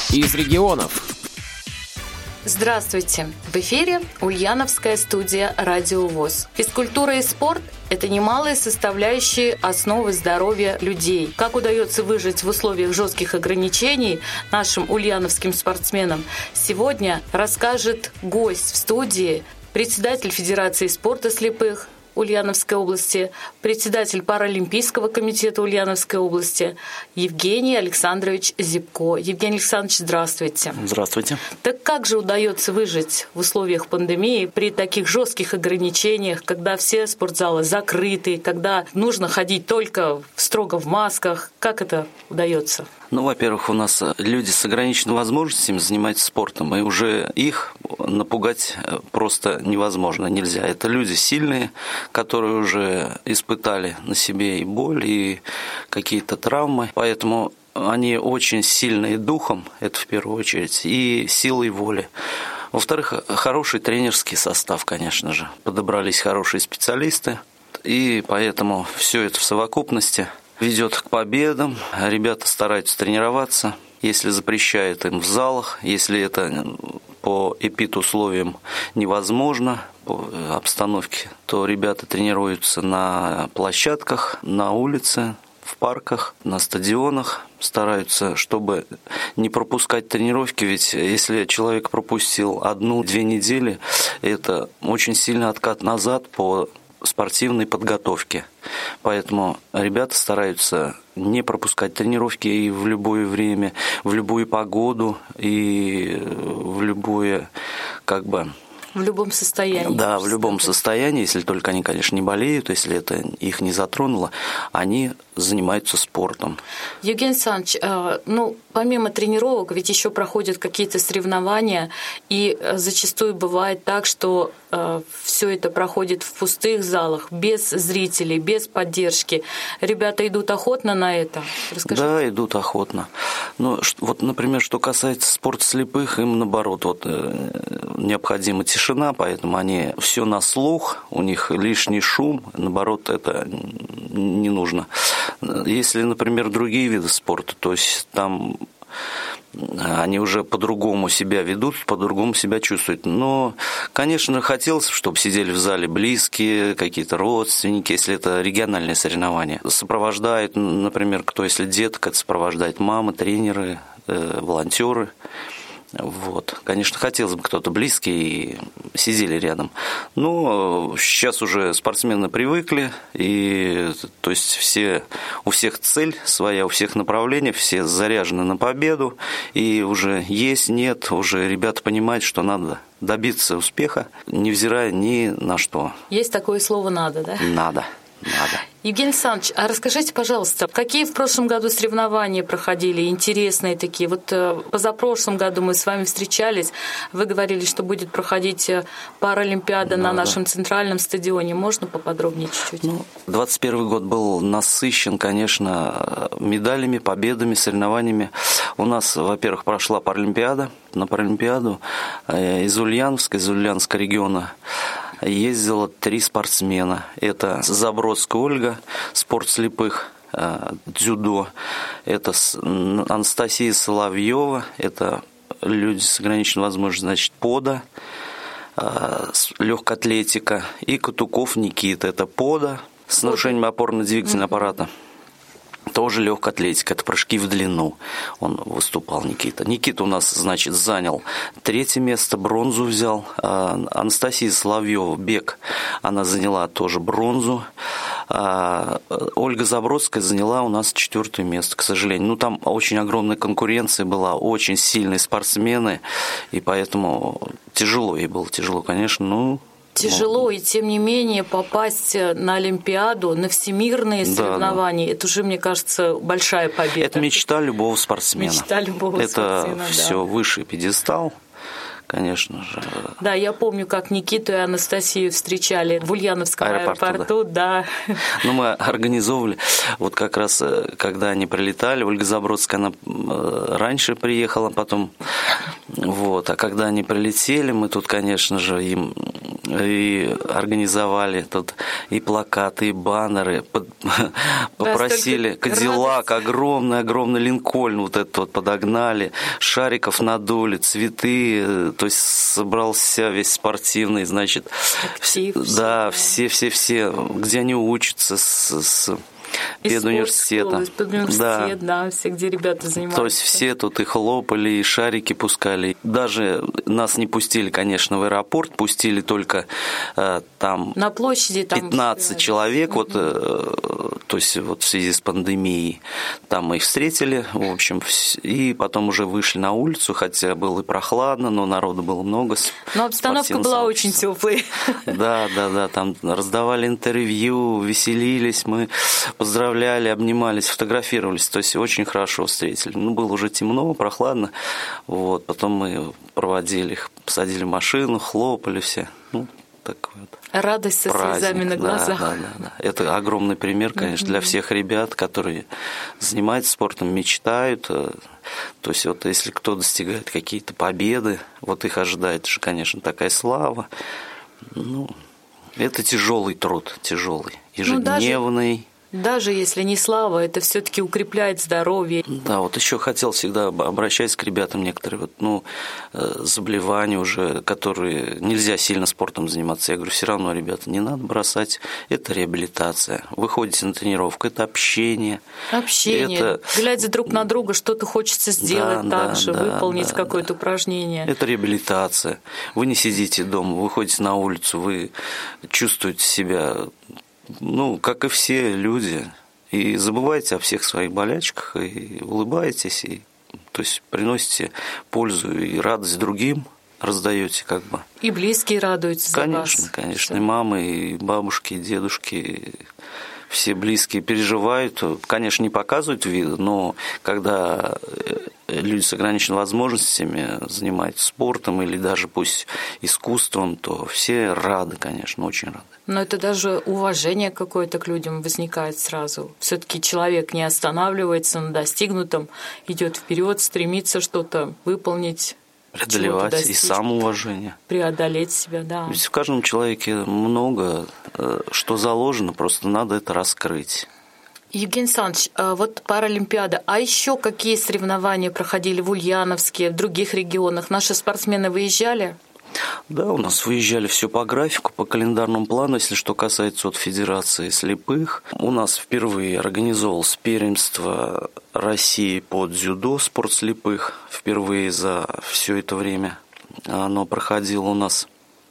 из регионов. Здравствуйте! В эфире Ульяновская студия «Радио ВОС». Физкультура и спорт – это немалые составляющие основы здоровья людей. Как удается выжить в условиях жестких ограничений нашим ульяновским спортсменам, сегодня расскажет гость в студии, председатель Федерации спорта слепых Ульяновской области, председатель Паралимпийского комитета Ульяновской области Евгений Александрович Зибко. Евгений Александрович, здравствуйте. Здравствуйте. Так как же удается выжить в условиях пандемии при таких жестких ограничениях, когда все спортзалы закрыты, когда нужно ходить только строго в масках? Как это удается? Во-первых, у нас люди с ограниченными возможностями занимаются спортом, и уже их напугать просто невозможно, нельзя. Это люди сильные, которые уже испытали на себе и боль, и какие-то травмы, поэтому они очень сильные духом, это в первую очередь, и силой воли. Во-вторых, хороший тренерский состав, конечно же. Подобрались хорошие специалисты, и поэтому все это в совокупности ведет к победам. Ребята стараются тренироваться, если запрещают им в залах, если это по эпид-условиям невозможно, по обстановке, то ребята тренируются на площадках, на улице, в парках, на стадионах, стараются, чтобы не пропускать тренировки, ведь если человек пропустил 1-2 недели, это очень сильный откат назад по спортивной подготовке. Поэтому ребята стараются не пропускать тренировки и в любое время, в любую погоду и в любое В любом состоянии. Да, в любом состоянии, если только они, конечно, не болеют, если это их не затронуло, они занимаются спортом. Евгений Александрович, помимо тренировок, ведь еще проходят какие-то соревнования, и зачастую бывает так, что все это проходит в пустых залах, без зрителей, без поддержки. Ребята идут охотно на это? Расскажите. Да, идут охотно. Например, что касается спорта слепых, им наоборот, необходима тишина, поэтому они все на слух, у них лишний шум, наоборот, это не нужно. Если, например, другие виды спорта, то есть там они уже по-другому себя ведут, по-другому себя чувствуют. Но, конечно, хотелось, чтобы сидели в зале близкие, какие-то родственники, если это региональные соревнования. Сопровождают, например, если деток, это сопровождает мамы, тренеры, волонтеры. Конечно, хотелось бы кто-то близкий и сидели рядом. Но сейчас уже спортсмены привыкли, и то есть у всех цель своя, у всех направление, все заряжены на победу, и уже нет, уже ребята понимают, что надо добиться успеха, невзирая ни на что. Есть такое слово «надо», да? Надо. Евгений Александрович, а расскажите, пожалуйста, какие в прошлом году соревнования проходили, интересные такие? Позапрошлом году мы с вами встречались, вы говорили, что будет проходить Паралимпиада на нашем центральном стадионе. Можно поподробнее чуть-чуть? 2021 год был насыщен, конечно, медалями, победами, соревнованиями. У нас, во-первых, прошла Паралимпиада. На Паралимпиаду из Ульяновского региона ездило 3 спортсмена. Это Забродская Ольга, спорт слепых, дзюдо. Это Анастасия Соловьева, это люди с ограниченной возможностью, пода, легкая атлетика. И Катуков Никита, это пода с нарушением опорно-двигательного аппарата. Тоже легкая атлетика, это прыжки в длину. Он выступал, Никита. Никита у нас, занял 3-е место, бронзу взял. Анастасия Соловьева, бег, она заняла тоже бронзу. Ольга Забродская заняла у нас 4-е место, к сожалению. Там очень огромная конкуренция была, очень сильные спортсмены, и поэтому ей было тяжело, конечно, Тяжело, и тем не менее попасть на Олимпиаду, на всемирные соревнования, это уже, мне кажется, большая победа. Это мечта любого спортсмена. Это все высший пьедестал. Конечно же. Да, я помню, как Никиту и Анастасию встречали в Ульяновском аэропорту. Да. Мы организовывали, как раз, когда они прилетали, Ольга Забродская, она раньше приехала, потом, а когда они прилетели, мы тут, конечно же, им и организовали тут и плакаты, и баннеры, попросили Кадиллак, огромный Линкольн, вот этот вот подогнали, шариков надули, цветы, то есть собрался весь спортивный, значит, актив, да, все, где они учатся с педуниверситета. Да, все, где ребята занимаются. То есть все тут и хлопали, и шарики пускали. Даже нас не пустили, конечно, в аэропорт, пустили только там на площади 15 человек, вот, то есть вот в связи с пандемией. Там мы их встретили, в общем, и потом уже вышли на улицу, хотя было и прохладно, но народу было много. Но обстановка была очень теплая. Да, там раздавали интервью, веселились, мы поздравляли, обнимались, фотографировались, то есть очень хорошо встретили. Ну, было уже темно, прохладно, вот, потом мы проводили их, посадили в машину, хлопали все, ну, такой вот радость со праздник, слезами на глазах. Да. Это огромный пример, конечно, для всех ребят, которые занимаются спортом, мечтают. То есть вот если кто достигает какие-то победы, вот их ожидает же, конечно, такая слава. Ну, это тяжелый труд, ежедневный. Даже если не слава, это все-таки укрепляет здоровье. Да, вот еще хотел всегда обращаться к ребятам, некоторые заболевания уже, которые нельзя сильно спортом заниматься. Я говорю, все равно, ребята, не надо бросать. Это реабилитация. Вы ходите на тренировку, это общение. Это... глядя друг на друга, что-то хочется сделать выполнить какое-то упражнение. Это реабилитация. Вы не сидите дома, вы ходите на улицу, вы чувствуете себя... как и все люди, и забывайте о всех своих болячках, и улыбаетесь, и, то есть приносите пользу и радость другим, раздаете как бы. И близкие радуются за вас. Конечно, и мамы, и бабушки, и дедушки, все близкие переживают, конечно, не показывают вида, но когда люди с ограниченными возможностями занимаются спортом или даже пусть искусством, то все рады, конечно, очень рады. Но это даже уважение какое-то к людям возникает сразу. Все-таки человек не останавливается на достигнутом, идет вперед, стремится что-то выполнить. Преодолевать и самоуважение. Преодолеть себя, да. Ведь в каждом человеке много, что заложено, просто надо это раскрыть. Евгений Александрович, вот Паралимпиада, а еще какие соревнования проходили в Ульяновске, в других регионах? Наши спортсмены выезжали? Да, у нас выезжали все по графику, по календарному плану, если что касается от Федерации слепых. У нас впервые организовалось первенство России по дзюдо, спорт слепых, впервые за все это время. Оно проходило у нас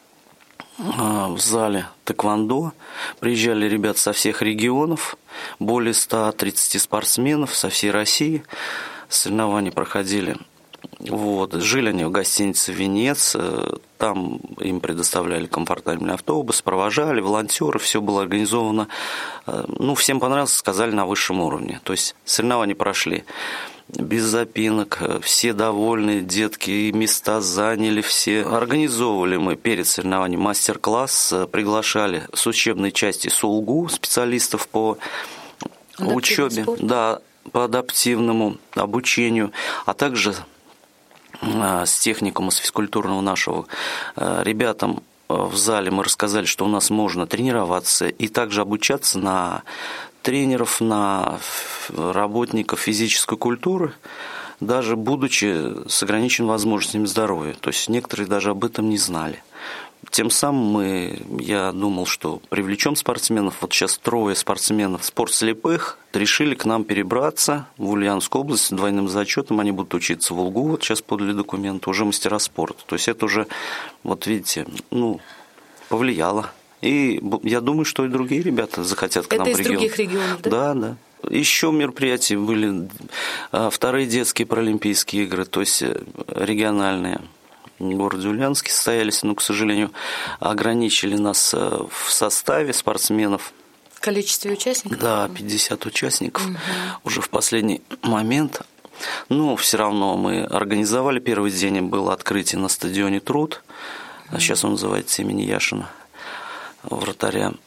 в зале тэквондо. Приезжали ребята со всех регионов, более 130 спортсменов со всей России. Соревнования проходили. Жили они в гостинице «Венец», там им предоставляли комфортабельный автобус, провожали, волонтеры, все было организовано. Всем понравилось, сказали, на высшем уровне. То есть соревнования прошли без запинок, все довольны, детки и места заняли все. Организовывали мы перед соревнованием мастер-класс, приглашали с учебной части СУЛГУ специалистов по учебе, по адаптивному обучению, а также с техникума, с физкультурного нашего ребятам в зале мы рассказали, что у нас можно тренироваться и также обучаться на тренеров, на работников физической культуры, даже будучи с ограниченными возможностями здоровья. То есть некоторые даже об этом не знали. Тем самым я думал, что привлечем спортсменов. Вот сейчас 3 спортсменов спорт слепых решили к нам перебраться в Ульяновскую область с двойным зачетом. Они будут учиться в УЛГУ, вот сейчас подали документы, уже мастера спорта. То есть это уже, видите, повлияло. И я думаю, что и другие ребята захотят к нам в регион. Это из других регионов, да? Да. Еще мероприятия были, 2 детские паралимпийские игры, то есть региональные. В городе Ульяновске состоялись, но, к сожалению, ограничили нас в составе спортсменов. В количестве участников? Да, 50 участников уже в последний момент. Но все равно мы организовали. Первый день было открытие на стадионе «Труд». Сейчас он называется имени Яшина, вратаря.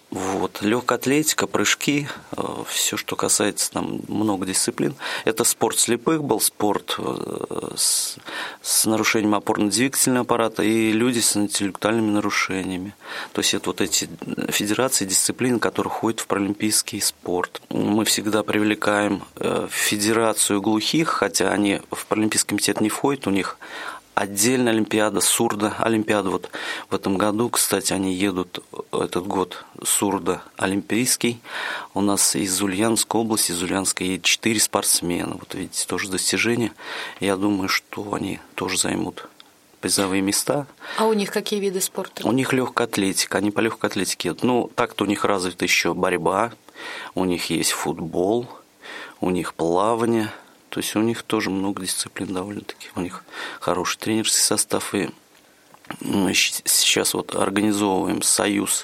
Вот. Легкая атлетика, прыжки, все, что касается там много дисциплин. Это спорт слепых был, спорт с нарушением опорно-двигательного аппарата и люди с интеллектуальными нарушениями. То есть это вот эти федерации, дисциплины, которые входят в паралимпийский спорт. Мы всегда привлекаем федерацию глухих, хотя они в паралимпийский комитет не входят, у них отдельная олимпиада, сурдо-олимпиада. Вот в этом году, кстати, они едут, этот год сурдо-олимпийский. У нас из Ульяновской области, из Ульяновска едет 4 спортсмена. Вот видите, тоже достижение. Я думаю, что они тоже займут призовые места. А у них какие виды спорта? У них легкая атлетика, они по легкой атлетике едут. Ну, так-то у них развита еще борьба, у них есть футбол, у них плавание. То есть у них тоже много дисциплин довольно-таки. У них хороший тренерский состав. И мы сейчас вот организовываем союз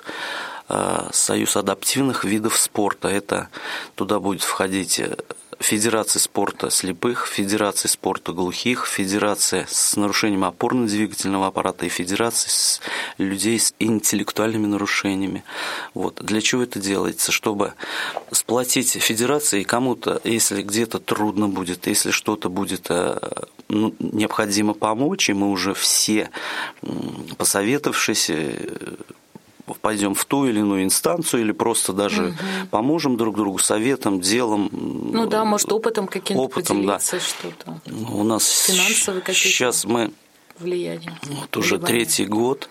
адаптивных видов спорта. Это туда будет входить Федерация спорта слепых, Федерация спорта глухих, Федерация с нарушением опорно-двигательного аппарата и Федерация с людей с интеллектуальными нарушениями. Вот. Для чего это делается? Чтобы сплотить федерации, и кому-то, если где-то трудно будет, если что-то будет необходимо помочь, и мы уже все, посоветовавшись, пойдем в ту или иную инстанцию, или просто даже поможем друг другу советом, делом. Ну да, может, опытом каким-то поделиться, да. Что-то. У нас финансовые какие-то сейчас мы влияния. Вот уже третий год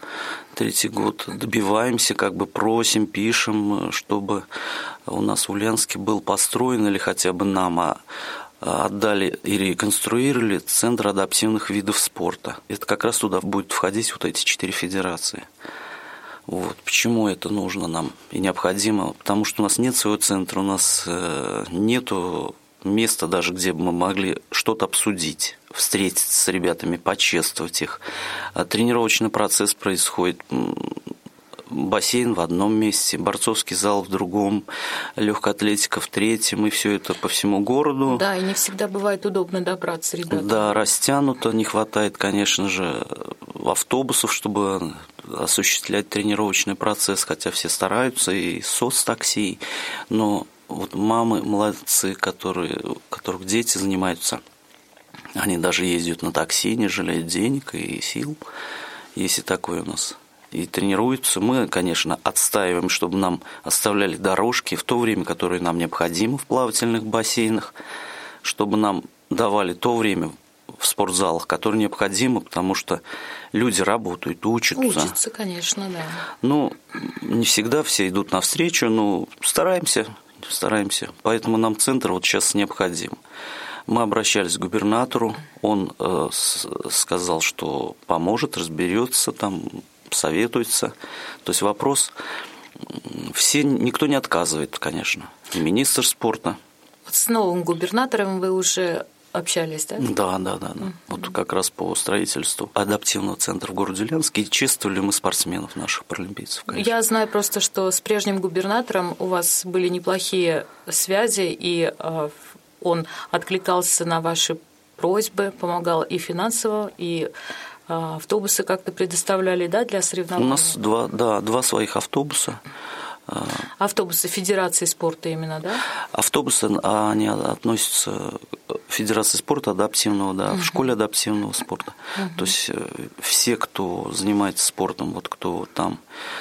добиваемся, как бы просим, пишем, чтобы у нас в Ульяновске был построен или хотя бы нам отдали и реконструировали Центр адаптивных видов спорта. Это как раз туда будет входить вот эти 4 федерации. Вот. Почему это нужно нам и необходимо? Потому что у нас нет своего центра, у нас нету места даже, где бы мы могли что-то обсудить, встретиться с ребятами, почествовать их. Тренировочный процесс происходит. Бассейн в одном месте, борцовский зал в другом, легкая атлетика в третьем, и все это по всему городу. Да, и не всегда бывает удобно добраться, ребята. Да, растянуто, не хватает, конечно же, автобусов, чтобы осуществлять тренировочный процесс, хотя все стараются, и соцтакси, но вот мамы молодцы, которых дети занимаются, они даже ездят на такси, не жалеют денег и сил, есть и такое у нас. И тренируются. Мы, конечно, отстаиваем, чтобы нам оставляли дорожки в то время, которое нам необходимо в плавательных бассейнах, чтобы нам давали то время в спортзалах, которое необходимо, потому что люди работают, учатся. Учатся, конечно, да. Ну, не всегда все идут навстречу, но стараемся. Поэтому нам центр вот сейчас необходим. Мы обращались к губернатору, он сказал, что поможет, разберется там, советуется. То есть вопрос, никто не отказывает, конечно. И министр спорта. Вот с новым губернатором вы уже общались, да? Да. Вот как раз по строительству адаптивного центра в городе Ульяновске. И чествовали мы спортсменов наших паралимпийцев, конечно. Я знаю просто, что с прежним губернатором у вас были неплохие связи, и он откликался на ваши просьбы, помогал и финансово, и автобусы как-то предоставляли, да, для соревнований? У нас два своих автобуса. Автобусы Федерации спорта именно, да? Автобусы, они относятся к Федерации спорта адаптивного, да, в школе адаптивного спорта. То есть все, кто занимается спортом, вот кто там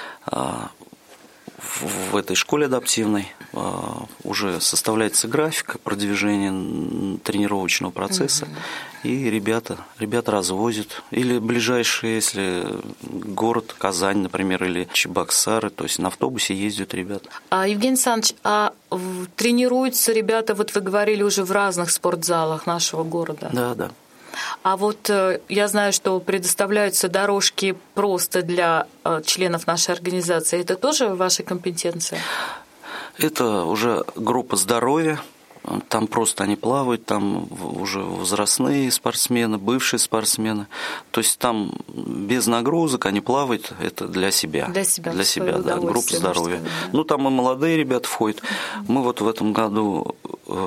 в этой школе адаптивной, уже составляется график продвижения тренировочного процесса, и ребята развозят. Или ближайшие, если город Казань, например, или Чебоксары, то есть на автобусе ездят ребята. Евгений Александрович, тренируются ребята, вот вы говорили, уже в разных спортзалах нашего города? Да. А вот я знаю, что предоставляются дорожки просто для членов нашей организации. Это тоже ваша компетенция? Это уже группа здоровья. Там просто они плавают, там уже возрастные спортсмены, бывшие спортсмены. То есть там без нагрузок они плавают, это для себя. Для себя, да, группа здоровья. Да. Ну, там и молодые ребята входят. Мы вот в этом году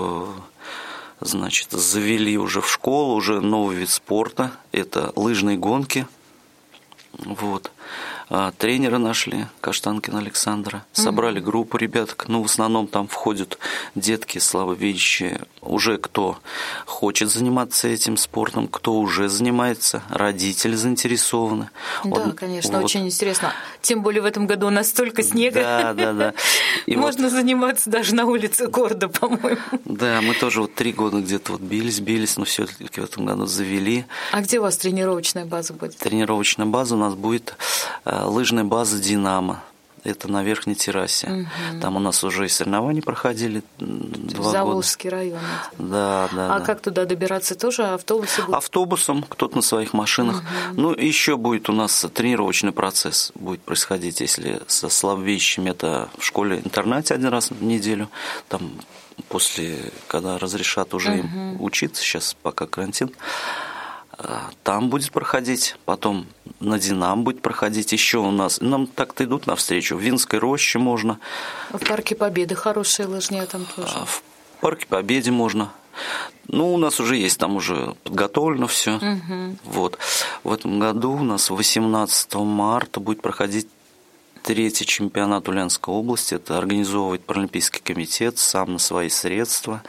завели уже в школу уже новый вид спорта, это лыжные гонки. Вот. Тренера нашли, Каштанкина Александра. Собрали группу ребят. В основном там входят детки слабовидящие. Уже кто хочет заниматься этим спортом, кто уже занимается, родители заинтересованы. Да, конечно, очень интересно. Тем более в этом году у нас столько снега. Да. Можно заниматься даже на улице города, по-моему. Да, мы тоже 3 года где-то бились, но все-таки в этом году завели. А где у вас тренировочная база будет? Тренировочная база у нас будет лыжная база «Динамо». Это на верхней террасе. Угу. Там у нас уже и соревнования проходили 2 года. Заволжский район. Да. А как туда добираться? Тоже автобусы будут? Автобусом, кто-то на своих машинах. Угу. Еще будет у нас тренировочный процесс будет происходить, если со слабовидящими, это в школе-интернате 1 раз в неделю. Там после, когда разрешат уже им учиться, сейчас пока карантин, там будет проходить, потом на «Динамо» будет проходить. Еще у нас, нам так-то идут навстречу. В Винской роще можно. В Парке Победы хорошая лыжня там тоже. В Парке Победы можно. У нас уже есть, там уже подготовлено все. Угу. В этом году у нас 18 марта будет проходить 3-й чемпионат Ульяновской области. Это организовывает Паралимпийский комитет сам на свои средства.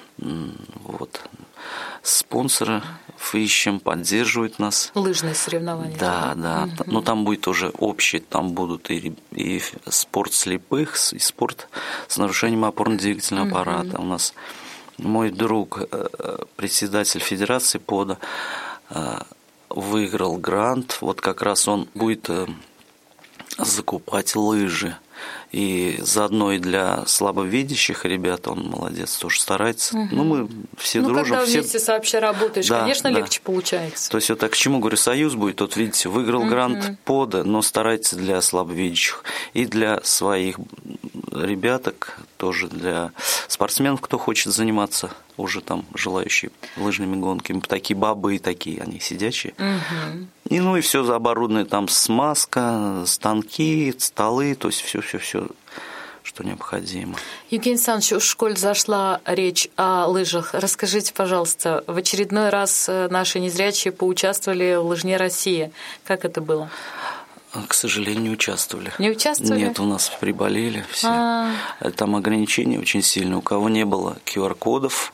Спонсоры ищем, поддерживают нас. Лыжные соревнования. Да. Угу. Но там будет уже общий, там будут и спорт слепых, и спорт с нарушением опорно-двигательного аппарата. У нас мой друг, председатель Федерации ПОДа, выиграл грант. Как раз он будет закупать лыжи. И заодно и для слабовидящих ребят, он молодец, тоже старается. Угу. Мы все дружим. Когда вместе сообща работаешь, конечно, легче получается. То есть к чему, говорю, союз будет. Видите, выиграл грант ПОДа, но старается для слабовидящих. И для своих ребяток, тоже для спортсменов, кто хочет заниматься, уже там желающие лыжными гонками. Такие бабы и такие, они сидячие. Угу. И все оборудованное, там смазка, станки, столы, то есть все, что необходимо. Евгений Александрович, в школе зашла речь о лыжах. Расскажите, пожалуйста, в очередной раз наши незрячие поучаствовали в лыжне России. Как это было? К сожалению, не участвовали. Не участвовали? Нет, у нас приболели все. Там ограничения очень сильные. У кого не было QR-кодов,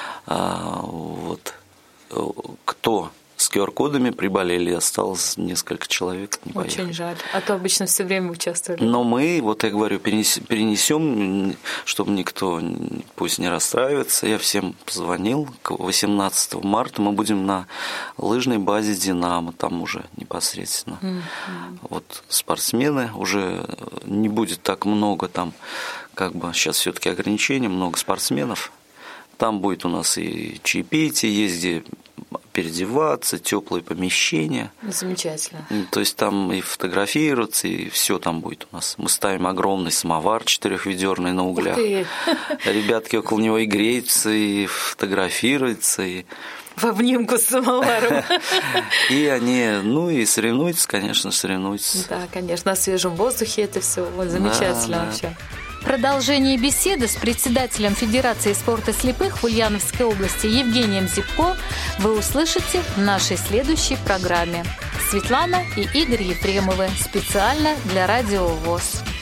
кто с QR-кодами приболели, осталось несколько человек. Не поехали. Очень жаль. А то обычно все время участвовали. Но мы, я говорю, перенесем, чтобы никто пусть не расстраивается. Я всем позвонил. 18 марта мы будем на лыжной базе «Динамо», там уже непосредственно. Спортсмены, уже не будет так много там, сейчас все-таки ограничения, много спортсменов. Там будет у нас и чаепитие, есть где переодеваться, теплые помещения. Замечательно. То есть там и фотографироваться, и все там будет у нас. Мы ставим огромный самовар 4-ведерный на углях. Ребятки около него и греются, и фотографируются, и в обнимку с самоваром. И они, и соревнуются, конечно, Да, конечно, на свежем воздухе это все замечательно вообще. Продолжение беседы с председателем Федерации спорта слепых в Ульяновской области Евгением Зибко вы услышите в нашей следующей программе. Светлана и Игорь Ефремовы. Специально для Радио ВОС.